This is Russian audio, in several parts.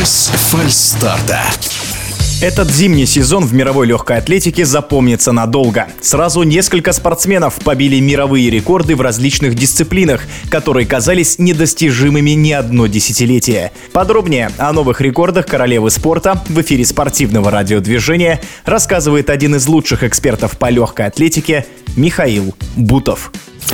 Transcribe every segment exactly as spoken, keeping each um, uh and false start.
Без фальстарта. Этот зимний сезон в мировой легкой атлетике запомнится надолго. Сразу несколько спортсменов побили мировые рекорды в различных дисциплинах, которые казались недостижимыми ни одно десятилетие. Подробнее о новых рекордах королевы спорта в эфире спортивного радиодвижения рассказывает один из лучших экспертов по легкой атлетике Михаил Бутов.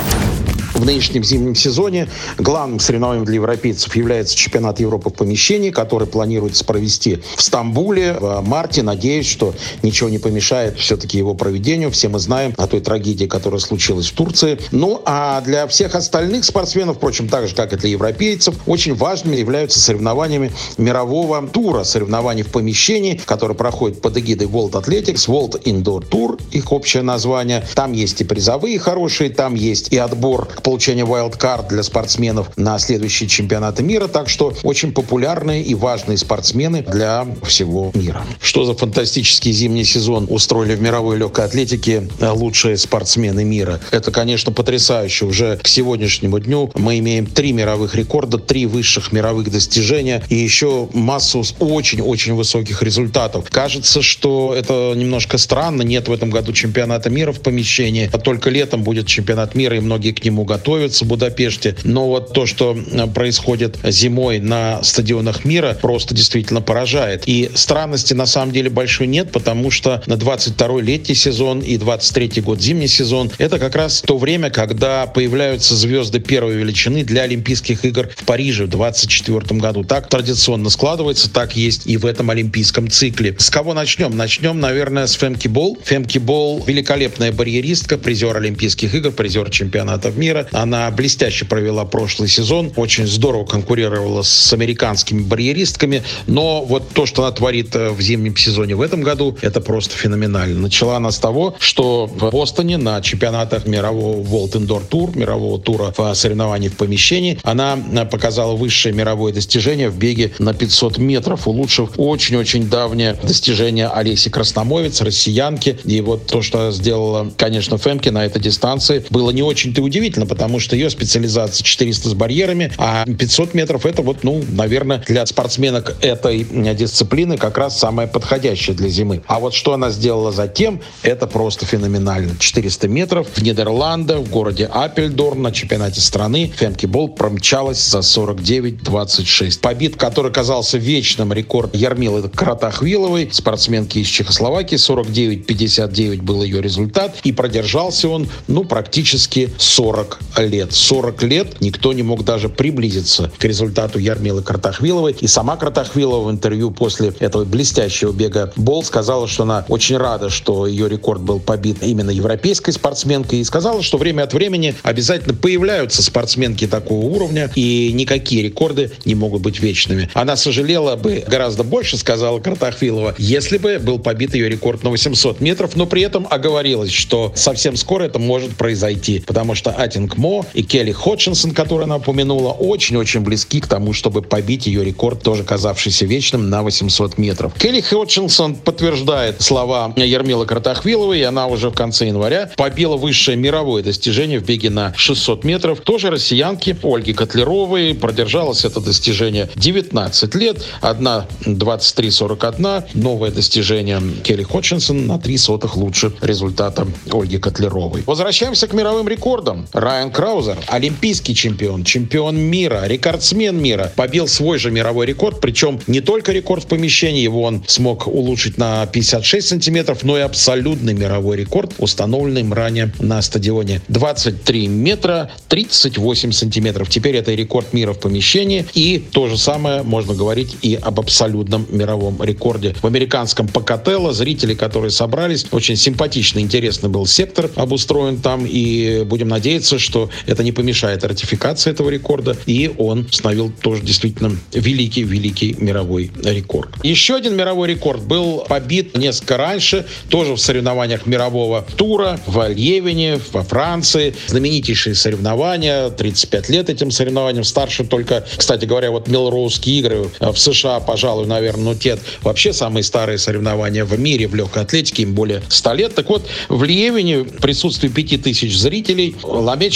В нынешнем зимнем сезоне главным соревнованием для европейцев является чемпионат Европы в помещении, который планируется провести в Стамбуле в марте. Надеюсь, что ничего не помешает все-таки его проведению. Все мы знаем о той трагедии, которая случилась в Турции. Ну, а для всех остальных спортсменов, впрочем, так же, как и для европейцев, очень важными являются соревнованиями мирового тура, соревнований в помещении, которые проходят под эгидой World Athletics, World Indoor Tour, их общее название. Там есть и призовые хорошие, там есть и отбор к получение wildcard для спортсменов на следующие чемпионаты мира. Так что очень популярные и важные спортсмены для всего мира. Что за фантастический зимний сезон устроили в мировой легкой атлетике лучшие спортсмены мира? Это, конечно, потрясающе. Уже к сегодняшнему дню мы имеем три мировых рекорда, три высших мировых достижения и еще массу очень-очень высоких результатов. Кажется, что это немножко странно. Нет в этом году чемпионата мира в помещении, а только летом будет чемпионат мира, и многие к нему готовятся. готовятся в Будапеште. Но вот то, что происходит зимой на стадионах мира, просто действительно поражает. И странности на самом деле большой нет, потому что на двадцать второй летний сезон и двадцать третий год зимний сезон — это как раз то время, когда появляются звезды первой величины для Олимпийских игр в Париже в двадцать четвёртом году. Так традиционно складывается, так есть и в этом олимпийском цикле. С кого начнем? Начнем, наверное, с Фемки Бол. Фемки Бол — великолепная барьеристка, призер Олимпийских игр, призер чемпионатов мира. Она блестяще провела прошлый сезон, очень здорово конкурировала с американскими барьеристками, но вот то, что она творит в зимнем сезоне в этом году, это просто феноменально. Начала она с того, что в Бостоне на чемпионатах мирового World Indoor Tour, мирового тура в соревновании в помещении, она показала высшее мировое достижение в беге на пятьсот метров, улучшив очень-очень давнее достижение Олеси Красномовец, россиянки. И вот то, что сделала, конечно, Фемки на этой дистанции, было не очень-то удивительно, потому что ее специализация четыреста с барьерами, а пятьсот метров — это вот, ну, наверное, для спортсменок этой дисциплины как раз самое подходящее для зимы. А вот что она сделала затем, это просто феноменально. четыреста метров в Нидерландах, в городе Апельдорн на чемпионате страны Фемки Бол промчалась за сорок девять двадцать шесть. Побит, который казался вечным, рекорд Ярмилы Кратахвиловой, спортсменки из Чехословакии. сорок девять пятьдесят девять был ее результат, и продержался он, ну, практически сорок лет. сорок лет никто не мог даже приблизиться к результату Ярмилы Кратахвиловой. И сама Кратахвилова в интервью после этого блестящего бега Бол сказала, что она очень рада, что ее рекорд был побит именно европейской спортсменкой, и сказала, что время от времени обязательно появляются спортсменки такого уровня, и никакие рекорды не могут быть вечными. Она сожалела бы гораздо больше, сказала Кратахвилова, если бы был побит ее рекорд на восемьсот метров, но при этом оговорилась, что совсем скоро это может произойти, потому что Атинг Мо и Келли Ходжкинсон, которую она упомянула, очень-очень близки к тому, чтобы побить ее рекорд, тоже казавшийся вечным, на восемьсот метров. Келли Ходжкинсон подтверждает слова Ярмилы Кратахвиловой, и она уже в конце января побила высшее мировое достижение в беге на шестьсот метров. Тоже россиянки Ольги Котлеровой. Продержалось это достижение девятнадцать лет. Одна двадцать три сорок один. Новое достижение Келли Ходжкинсон на три сотых лучше результата Ольги Котлеровой. Возвращаемся к мировым рекордам. Райан Краузер, олимпийский чемпион, чемпион мира, рекордсмен мира, побил свой же мировой рекорд, причем не только рекорд в помещении, его он смог улучшить на пятьдесят шесть сантиметров, но и абсолютный мировой рекорд, установленный им ранее на стадионе. двадцать три метра тридцать восемь сантиметров. Теперь это рекорд мира в помещении, и то же самое можно говорить и об абсолютном мировом рекорде. В американском Покателло зрители, которые собрались, очень симпатичный, интересный был сектор обустроен там, и будем надеяться, что это не помешает ратификации этого рекорда, и он установил тоже действительно великий-великий мировой рекорд. Еще один мировой рекорд был побит несколько раньше, тоже в соревнованиях мирового тура в Льевене, во Франции. Знаменитейшие соревнования, тридцать пять лет этим соревнованиям, старше только, кстати говоря, вот Мелроузские игры в США, пожалуй, наверное, ну, те вообще самые старые соревнования в мире в легкой атлетике, им более ста лет. Так вот, в Льевене в присутствии пяти тысяч зрителей Ламеч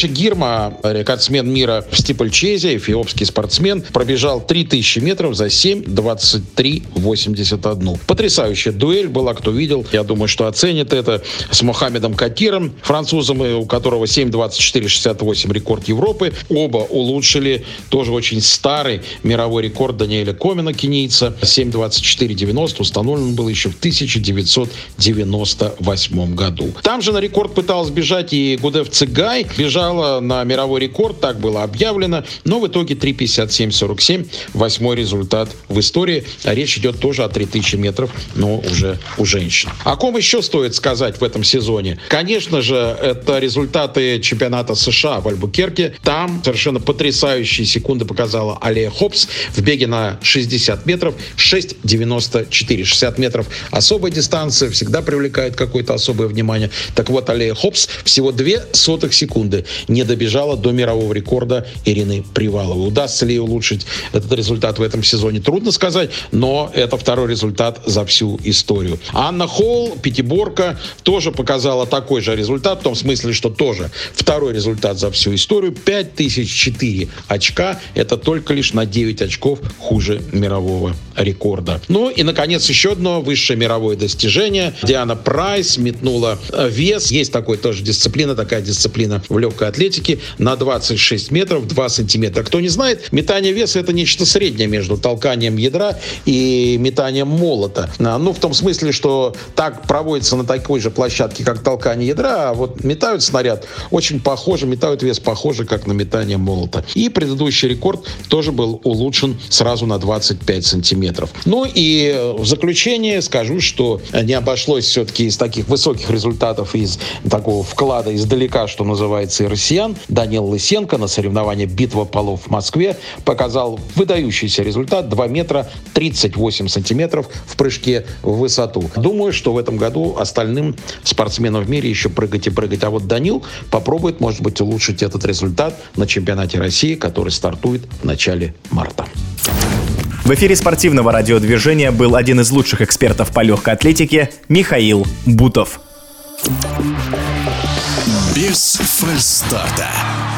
Гойча Гирма, рекордсмен мира в стипльчейзе, эфиопский спортсмен, пробежал три тысячи метров за семь двадцать три восемьдесят один. Потрясающая дуэль была, кто видел. Я думаю, что оценит это, с Мохаммедом Катиром, французом, у которого семь двадцать четыре шестьдесят восемь рекорд Европы. Оба улучшили тоже очень старый мировой рекорд Даниэля Комина, кенийца. семь двадцать четыре девяносто установлен был еще в тысяча девятьсот девяносто восьмом году. Там же на рекорд пыталась бежать и Гудев Цигай. Бежала на мировой рекорд, так было объявлено. Но в итоге три пятьдесят семь сорок семь. Восьмой результат в истории. А речь идет тоже о три тысячи метров, но уже у женщин. О ком еще стоит сказать в этом сезоне? Конечно же, это результаты чемпионата США в Альбукерке. Там совершенно потрясающие секунды показала Алия Хопс в беге на шестьдесят метров, шесть девяносто четыре. шестьдесят метров особая дистанция, всегда привлекает какое-то особое внимание. Так вот, Алия Хопс всего две сотых секунды не добежала до мирового рекорда Ирины Приваловой. Удастся ли ей улучшить этот результат в этом сезоне, трудно сказать, но это второй результат за всю историю. Анна Холл, пятиборка, тоже показала такой же результат, в том смысле, что тоже второй результат за всю историю. пять тысяч четыре очка. Это только лишь на девять очков хуже мирового рекорда. Ну и, наконец, еще одно высшее мировое достижение. Диана Прайс метнула вес. Есть такой тоже дисциплина, такая дисциплина в легкой атлетике. На двадцать шесть метров, два сантиметра. Кто не знает, метание веса — это нечто среднее между толканием ядра и метанием молота. Ну, в том смысле, что так проводится на такой же площадке, как толкание ядра, а вот метают снаряд очень похоже, метают вес похоже, как на метание молота. И предыдущий рекорд тоже был улучшен сразу на двадцать пять сантиметров. Ну и в заключение скажу, что не обошлось все-таки из таких высоких результатов, из такого вклада издалека, что называется, и россиян. Данил Лысенко на соревновании «Битва полов» в Москве показал выдающийся результат: два метра тридцать восемь сантиметров в прыжке в высоту. Думаю, что в этом году остальным спортсменам в мире еще прыгать и прыгать. А вот Данил попробует, может быть, улучшить этот результат на чемпионате России, который стартует в начале марта. В эфире спортивного радиодвижения был один из лучших экспертов по легкой атлетике Михаил Бутов. Без фальстарта.